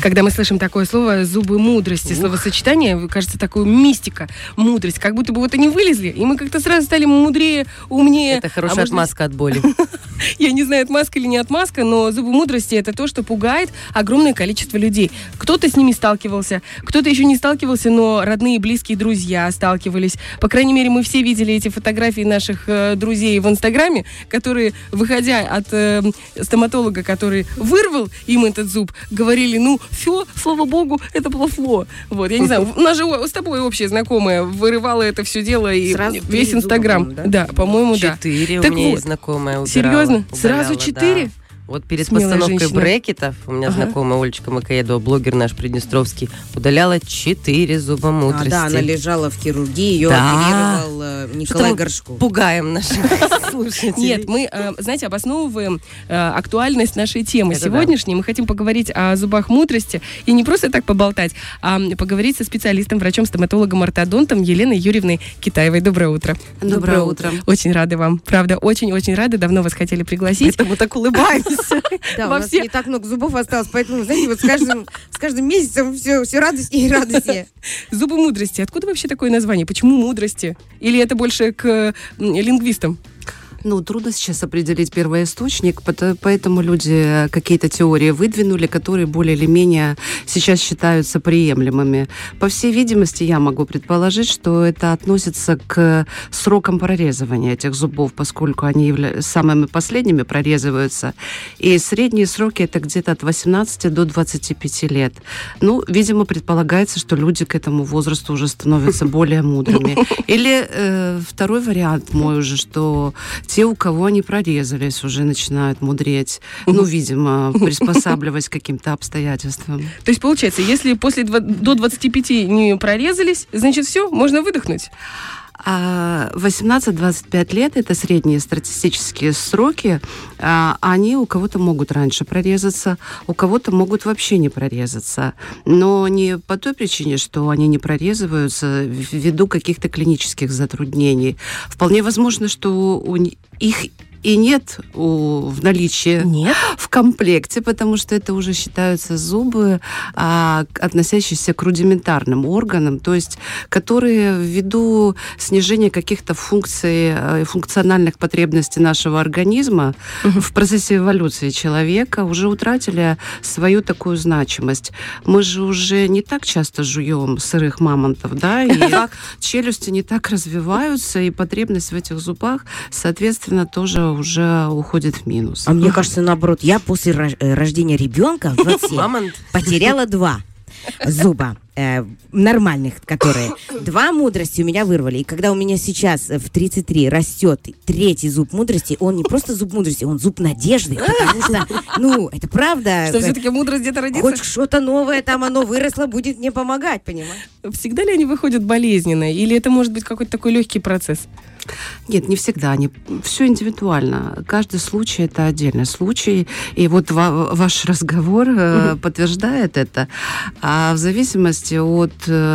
Когда мы слышим такое слово «зубы мудрости», словосочетание, кажется, такое мистика, мудрость, как будто бы вот они вылезли, и мы как-то сразу стали мудрее, умнее. Это хорошая отмазка от боли. Я не знаю, отмазка или не отмазка, но зубы мудрости — это то, что пугает огромное количество людей. Кто-то с ними сталкивался, кто-то еще не сталкивался, но родные, близкие, друзья сталкивались. По крайней мере, мы все видели эти фотографии наших друзей в Инстаграме, которые, выходя от стоматолога, который вырвал им этот зуб, говорили: ну, все, слава богу, это было фло. Вот, я не знаю, у нас же с тобой общая знакомая вырывала это все дело, и сразу весь Инстаграм. Да, по-моему, 4 у меня есть знакомая убирала. Серьезно? Удаляла, Сразу 4? Да. Вот перед Смелая постановкой женщина. брекетов у меня знакомая Олечка Макаедова, блогер наш приднестровский, удаляла 4 зуба мудрости. Да, она лежала в хирургии, ее оперировал Николай Горшков. Пугаем наших слушателей. Нет, мы, знаете, обосновываем актуальность нашей темы сегодняшней. Мы хотим поговорить о зубах мудрости. И не просто так поболтать, а поговорить со специалистом, врачом-стоматологом, ортодонтом Еленой Юрьевной Китаевой. Доброе утро. Доброе утро. Очень рады вам. Правда, очень-очень рады. Давно вас хотели пригласить. Поэтому так улыбаемся. Да, у нас не так много зубов осталось, поэтому, знаете, вот с каждым месяцем все радостнее и радостнее. Зубы мудрости. Откуда вообще такое название? Почему мудрости? Или это больше к лингвистам? Ну, трудно сейчас определить первоисточник, поэтому люди какие-то теории выдвинули, которые более или менее сейчас считаются приемлемыми. По всей видимости, я могу предположить, что это относится к срокам прорезывания этих зубов, поскольку они самыми последними прорезываются. И средние сроки это где-то от 18 до 25 лет. Ну, видимо, предполагается, что люди к этому возрасту уже становятся более мудрыми. Или второй вариант мой уже, что те, у кого они прорезались, уже начинают мудреть. Ну, видимо, приспосабливаясь к каким-то обстоятельствам. То есть, получается, если до 25 не прорезались, значит, все, можно выдохнуть? 18-25 лет – это средние статистические сроки. Они у кого-то могут раньше прорезаться, у кого-то могут вообще не прорезаться. Но не по той причине, что они не прорезываются ввиду каких-то клинических затруднений. Вполне возможно, что их и нет в наличии в комплекте, потому что это уже считаются зубы, относящиеся к рудиментарным органам, то есть которые ввиду снижения каких-то функций, функциональных потребностей нашего организма в процессе эволюции человека уже утратили свою такую значимость. Мы же уже не так часто жуем сырых мамонтов, да, и челюсти не так развиваются, и потребность в этих зубах, соответственно, тоже уже уходит в минус. А мне кажется, наоборот, я после рождения ребенка в 27 потеряла 2 зуба нормальных, которые 2 мудрости у меня вырвали. И когда у меня сейчас в 33 растет 3-й зуб мудрости, он не просто зуб мудрости, он зуб надежды, потому что, ну, это правда. Что все-таки мудрость где-то родится? Хоть что-то новое там, оно выросло, будет мне помогать, понимаешь? Всегда ли они выходят болезненно? Или это может быть какой-то такой легкий процесс? Нет, не всегда. Все индивидуально. Каждый случай – это отдельный случай. И вот ваш разговор подтверждает это. А в зависимости от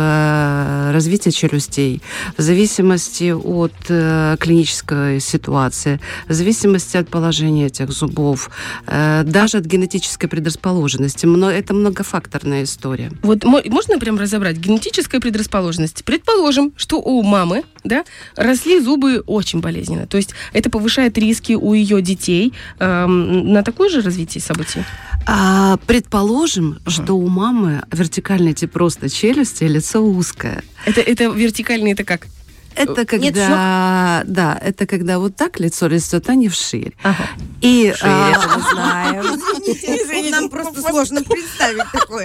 развития челюстей, в зависимости от клинической ситуации, в зависимости от положения этих зубов, даже от генетической предрасположенности. Это многофакторная история. Вот можно прям разобрать генетическая предрасположенность? Предположим, что у мамы, да, росли зубы очень болезненно. То есть это повышает риски у ее детей на такое же развитие событий? Предположим, что у мамы вертикальный тип роста челюсти и лицо узкое. Это вертикальный, это как? Это когда, да, это когда вот так лицо растет, а не вширь. Ага. И мы знаем. Извините, нам просто сложно представить такое.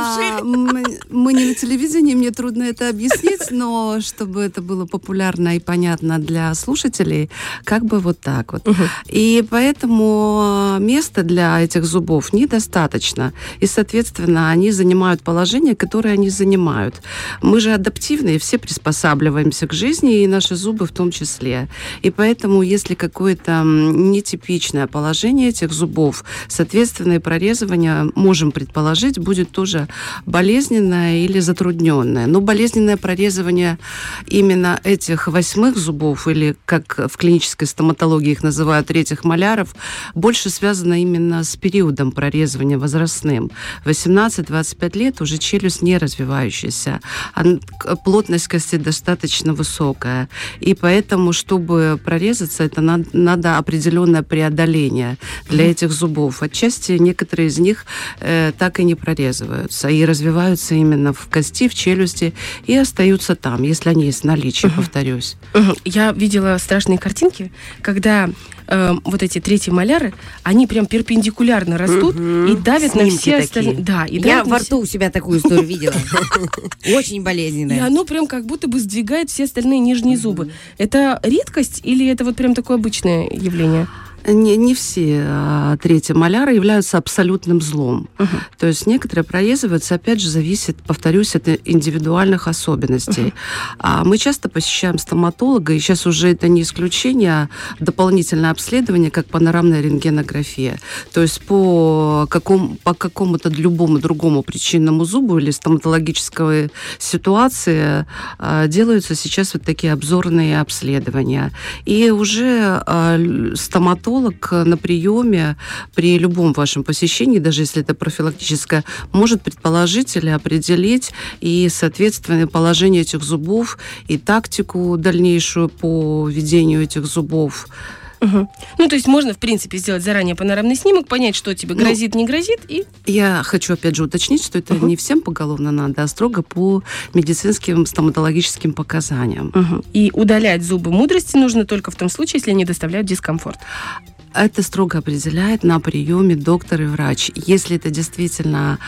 Мы не на телевидении, мне трудно это объяснить, но чтобы это было популярно и понятно для слушателей, как бы вот так вот. И поэтому места для этих зубов недостаточно. И, соответственно, они занимают положение, которое они занимают. Мы же адаптивные, все приспосабливаемся к жизни, жизни, и наши зубы в том числе. И поэтому, если какое-то нетипичное положение этих зубов, соответственно, и прорезывание, можем предположить, будет тоже болезненное или затрудненное. Но болезненное прорезывание именно этих 8 зубов, или, как в клинической стоматологии их называют, третьих моляров, больше связано именно с периодом прорезывания возрастным. 18-25 лет уже челюсть не развивающаяся, плотность кости достаточно высокая. И поэтому, чтобы прорезаться, это надо определенное преодоление для этих зубов. Отчасти некоторые из них так и не прорезываются и развиваются именно в кости, в челюсти и остаются там, если они есть в наличии, повторюсь. Я видела страшные картинки, когда вот эти третьи моляры, они прям перпендикулярно растут и давят на все остальные. Да, и я во рту у себя такую историю видела. Очень болезненная. И оно прям как будто бы сдвигает все остальные нижние зубы. Это редкость или это вот прям такое обычное явление? Не все третьи моляры являются абсолютным злом. То есть некоторые прорезываются, опять же, зависит, повторюсь, от индивидуальных особенностей. Мы часто посещаем стоматолога, и сейчас уже это не исключение, а дополнительное обследование, как панорамная рентгенография. То есть по какому-то любому другому причинному зубу или стоматологической ситуации делаются сейчас вот такие обзорные обследования. И уже стоматолог на приеме при любом вашем посещении, даже если это профилактическое, может предположить или определить и, соответственно, положение этих зубов и тактику дальнейшую по ведению этих зубов. Ну, то есть можно, в принципе, сделать заранее панорамный снимок, понять, что тебе грозит, не грозит, и... Я хочу, опять же, уточнить, что это не всем поголовно надо, а строго по медицинским стоматологическим показаниям. И удалять зубы мудрости нужно только в том случае, если они доставляют дискомфорт. Это строго определяет на приеме доктор и врач. Если это действительно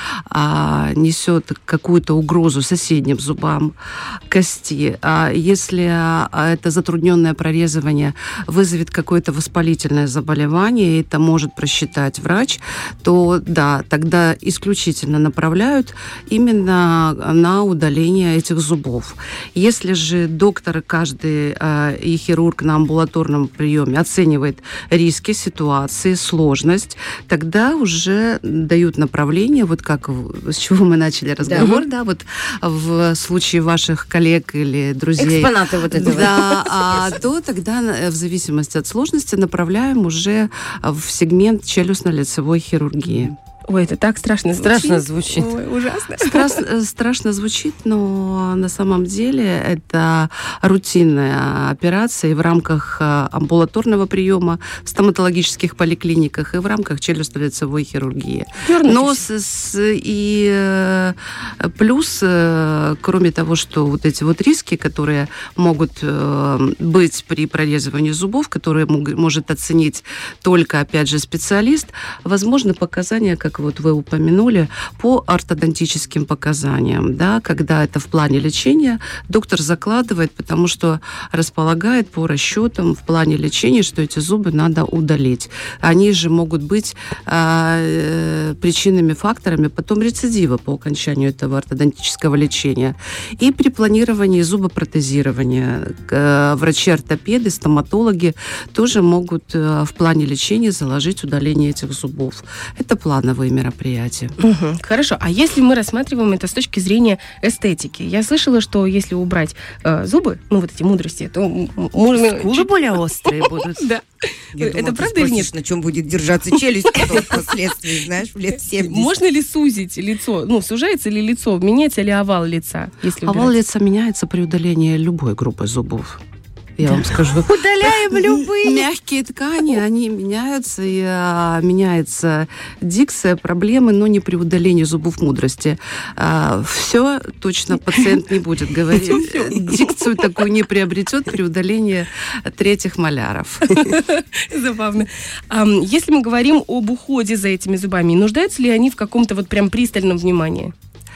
несет какую-то угрозу соседним зубам, кости, если это затрудненное прорезывание вызовет какое-то воспалительное заболевание, и это может просчитать врач, то да, тогда исключительно направляют именно на удаление этих зубов. Если же доктор каждый и хирург на амбулаторном приеме оценивает риски ситуации, сложность, тогда уже дают направление, вот как с чего мы начали разговор, да, вот в случае ваших коллег или друзей. Экспонаты вот этого. Да, то тогда в зависимости от сложности направляем уже в сегмент челюстно-лицевой хирургии. Ой, это так страшно звучит. Страшно звучит. Ой, ужасно. Страшно звучит, но на самом деле это рутинная операция и в рамках амбулаторного приема в стоматологических поликлиниках, и в рамках челюстно-лицевой хирургии. Но плюс, кроме того, что вот эти вот риски, которые могут быть при прорезывании зубов, которые может оценить только, опять же, специалист, возможны показания, как вот вы упомянули, по ортодонтическим показаниям, да, когда это в плане лечения доктор закладывает, потому что располагает по расчетам в плане лечения, что эти зубы надо удалить. Они же могут быть причинными факторами потом рецидива по окончанию этого ортодонтического лечения. И при планировании зубопротезирования врачи-ортопеды, стоматологи тоже могут в плане лечения заложить удаление этих зубов. Это плановые мероприятия. Хорошо. А если мы рассматриваем это с точки зрения эстетики? Я слышала, что если убрать зубы, ну вот эти мудрости, то можно... Скулы более острые будут. Да. Это правда или нет? На чем будет держаться челюсть потом впоследствии, знаешь, в лет 70. Можно ли сузить лицо? Ну, сужается ли лицо? Меняется ли овал лица? Овал лица меняется при удалении любой группы зубов. Я вам скажу. Удаляем любые. Мягкие ткани, они меняются, и меняется дикция, проблемы, но не при удалении зубов мудрости. Все точно пациент не будет говорить. Дикцию такую не приобретет при удалении третьих моляров. Забавно. Если мы говорим об уходе за этими зубами, нуждаются ли они в каком-то вот прям пристальном внимании?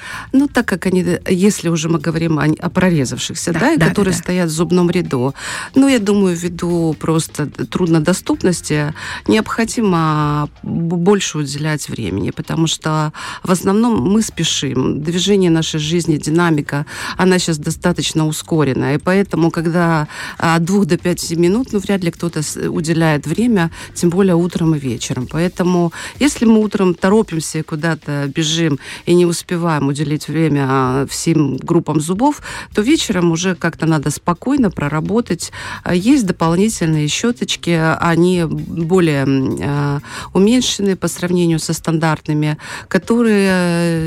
Ну, так как они, если уже мы говорим о прорезавшихся, да, и которые стоят в зубном ряду, ну, я думаю, ввиду просто труднодоступности необходимо больше уделять времени, потому что в основном мы спешим. Движение нашей жизни, динамика, она сейчас достаточно ускорена, и поэтому, когда от 2 до 5 минут, ну, вряд ли кто-то уделяет время, тем более утром и вечером. Поэтому, если мы утром торопимся, куда-то бежим и не успеваем уделить время всем группам зубов, то вечером уже как-то надо спокойно проработать. Есть дополнительные щеточки, они более уменьшенные по сравнению со стандартными, которые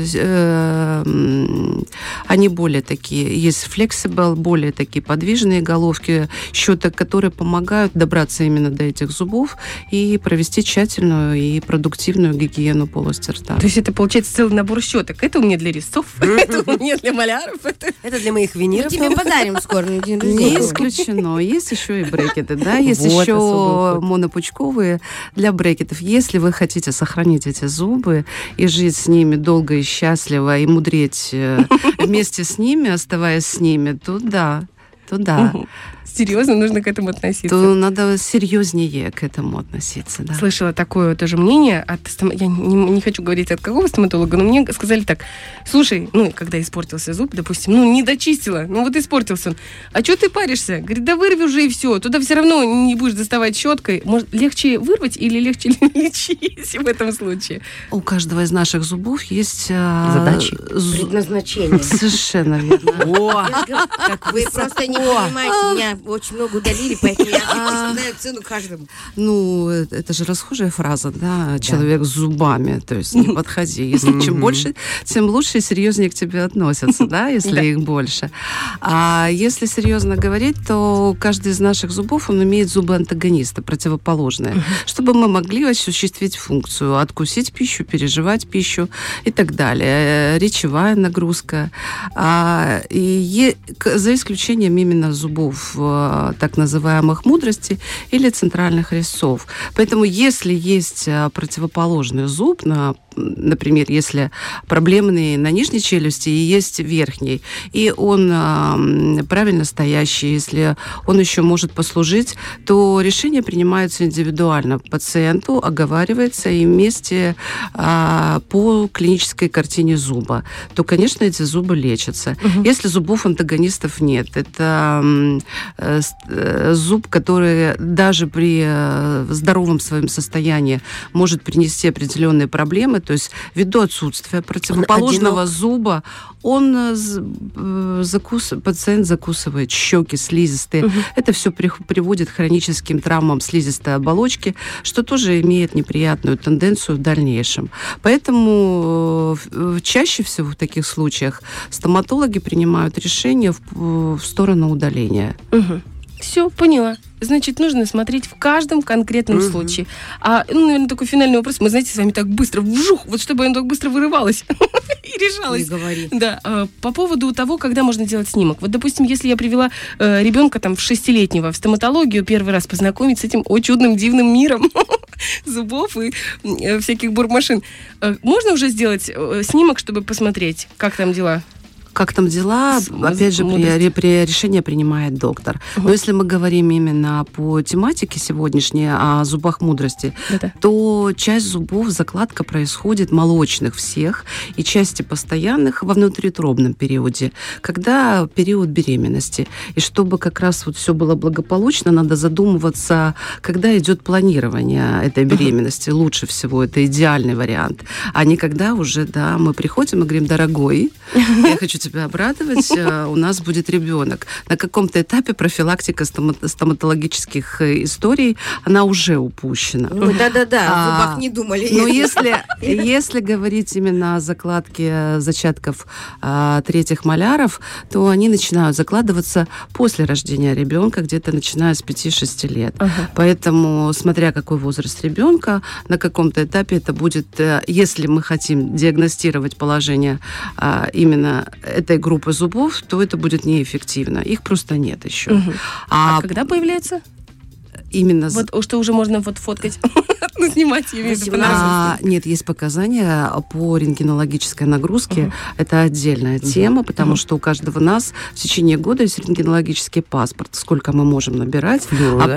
они более такие, есть flexible, более такие подвижные головки щеток, которые помогают добраться именно до этих зубов и провести тщательную и продуктивную гигиену полости рта. То есть это получается целый набор щеток. Это у меня для резцов, это у меня для маляров. Это для моих виниров. Мы тебе подарим скоро на день рождения. Не исключено. Есть еще и брекеты, да, есть еще монопучковые для брекетов. Если вы хотите сохранить эти зубы и жить с ними долго и счастливо, и мудреть вместе с ними, оставаясь с ними, то да. Серьезно нужно к этому относиться. То надо серьезнее к этому относиться, да. Слышала такое тоже мнение от я не хочу говорить от какого стоматолога, но мне сказали так: слушай, ну, когда испортился зуб, допустим, ну, не дочистила, ну, вот испортился он. А что ты паришься? Говорит, да вырви уже и все. Туда все равно не будешь доставать щеткой. Может, легче вырвать или легче лечить в этом случае? У каждого из наших зубов есть задачи. Предназначение. Совершенно верно. Как вы просто не понимаете, меня очень много удалили, поэтому я знаю цену каждому. Ну, это же расхожая фраза, да, человек с зубами, то есть не подходи. Если чем больше, тем лучше и серьезнее к тебе относятся, да, если их больше. А если серьезно говорить, то каждый из наших зубов, он имеет зубы-антагонисты, противоположные, чтобы мы могли осуществить функцию, откусить пищу, переживать пищу и так далее. Речевая нагрузка. И за исключением именно зубов так называемых мудрости или центральных резцов. Поэтому если есть противоположный зуб, например, если проблемные на нижней челюсти и есть верхний, и он правильно стоящий, если он еще может послужить, то решение принимается индивидуально. Пациенту оговаривается и вместе по клинической картине зуба, то, конечно, эти зубы лечатся. Если зубов антагонистов нет, это зуб, который даже при здоровом своем состоянии может принести определенные проблемы, то есть ввиду отсутствия противоположного зуба, пациент закусывает щеки, слизистые. Это все приводит к хроническим травмам слизистой оболочки, что тоже имеет неприятную тенденцию в дальнейшем. Поэтому чаще всего в таких случаях стоматологи принимают решение в сторону удаления. Все, поняла. Значит, нужно смотреть в каждом конкретном случае. Наверное, такой финальный вопрос. Мы, знаете, с вами так быстро, вжух, вот чтобы оно так быстро вырывалось и решалось. Не говори. Да, по поводу того, когда можно делать снимок. Вот, допустим, если я привела ребенка там в 6-летнего в стоматологию первый раз познакомить с этим чудным, дивным миром зубов и всяких бурмашин, можно уже сделать снимок, чтобы посмотреть, как там дела? Как там дела? Опять же, при решение принимает доктор. Но если мы говорим именно по тематике сегодняшней, о зубах мудрости, то часть зубов, закладка происходит молочных всех и части постоянных во внутриутробном периоде, когда период беременности. И чтобы как раз вот все было благополучно, надо задумываться, когда идет планирование этой беременности. Лучше всего, это идеальный вариант. А не когда уже, да, мы приходим и говорим: дорогой, я хочу тебя обрадовать, у нас будет ребенок. На каком-то этапе профилактика стоматологических историй, она уже упущена. Да-да-да, о зубах не думали. Но если говорить именно о закладке зачатков третьих маляров, то они начинают закладываться после рождения ребенка, где-то начиная с 5-6 лет. Поэтому, смотря какой возраст ребенка, на каком-то этапе это будет, если мы хотим диагностировать положение именно этой группы зубов, то это будет неэффективно. Их просто нет еще. А когда появляется? Именно... Вот что уже можно вот фоткать, ну, снимать, я имею в виду. Нет, есть показания по рентгенологической нагрузке. Это отдельная тема, потому что у каждого нас в течение года есть рентгенологический паспорт, сколько мы можем набирать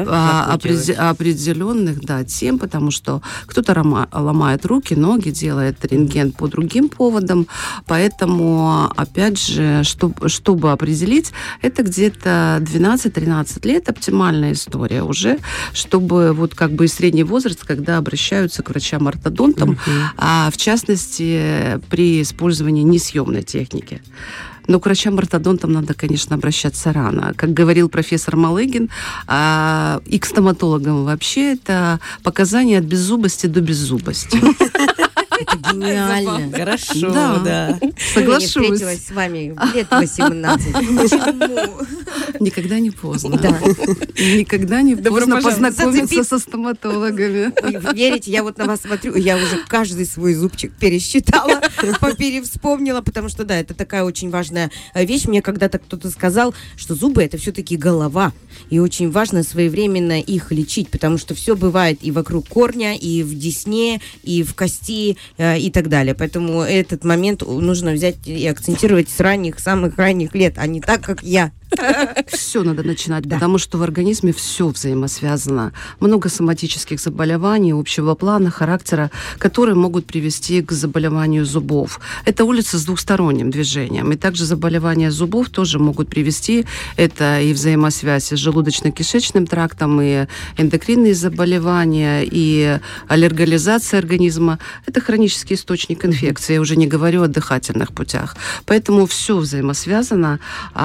определенных тем, потому что кто-то ломает руки, ноги, делает рентген по другим поводам. Поэтому, опять же, чтобы определить, это где-то 12-13 лет оптимальная история уже, чтобы вот как бы и средний возраст, когда обращаются к врачам-ортодонтам, в частности, при использовании несъемной техники. Но к врачам-ортодонтам надо, конечно, обращаться рано. Как говорил профессор Малыгин, и к стоматологам вообще, это показания от беззубости до беззубости. Это гениально. Хорошо, да. Соглашусь. Я встретилась с вами лет 18. Почему? Никогда не поздно. Да. Никогда не поздно познакомиться со стоматологами. Верите, я вот на вас смотрю, я уже каждый свой зубчик пересчитала, перевспомнила, потому что, да, это такая очень важная вещь. Мне когда-то кто-то сказал, что зубы — это все-таки голова, и очень важно своевременно их лечить, потому что все бывает и вокруг корня, и в десне, и в кости, и так далее. Поэтому этот момент нужно взять и акцентировать с самых ранних лет, а не так, как я. Все надо начинать, потому что в организме все взаимосвязано. Много соматических заболеваний общего плана, характера, которые могут привести к заболеванию зубов. Это улица с двухсторонним движением. И также заболевания зубов тоже могут привести. Это и взаимосвязь с желудочно-кишечным трактом, и эндокринные заболевания, и аллерголизация организма. Это хронический источник инфекции. Я уже не говорю о дыхательных путях. Поэтому все взаимосвязано.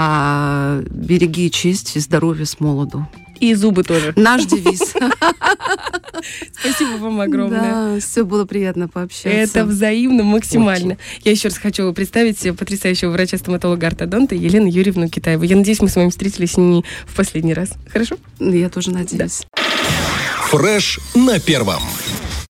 Береги честь и здоровье с молоду. И зубы тоже. Наш девиз. Спасибо вам огромное. Да, все было приятно пообщаться. Это взаимно, максимально. Очень. Я еще раз хочу представить потрясающего врача-стоматолога-ортодонта Елену Юрьевну Китаеву. Я надеюсь, мы с вами встретились не в последний раз. Хорошо? Я тоже надеюсь. Фреш на первом.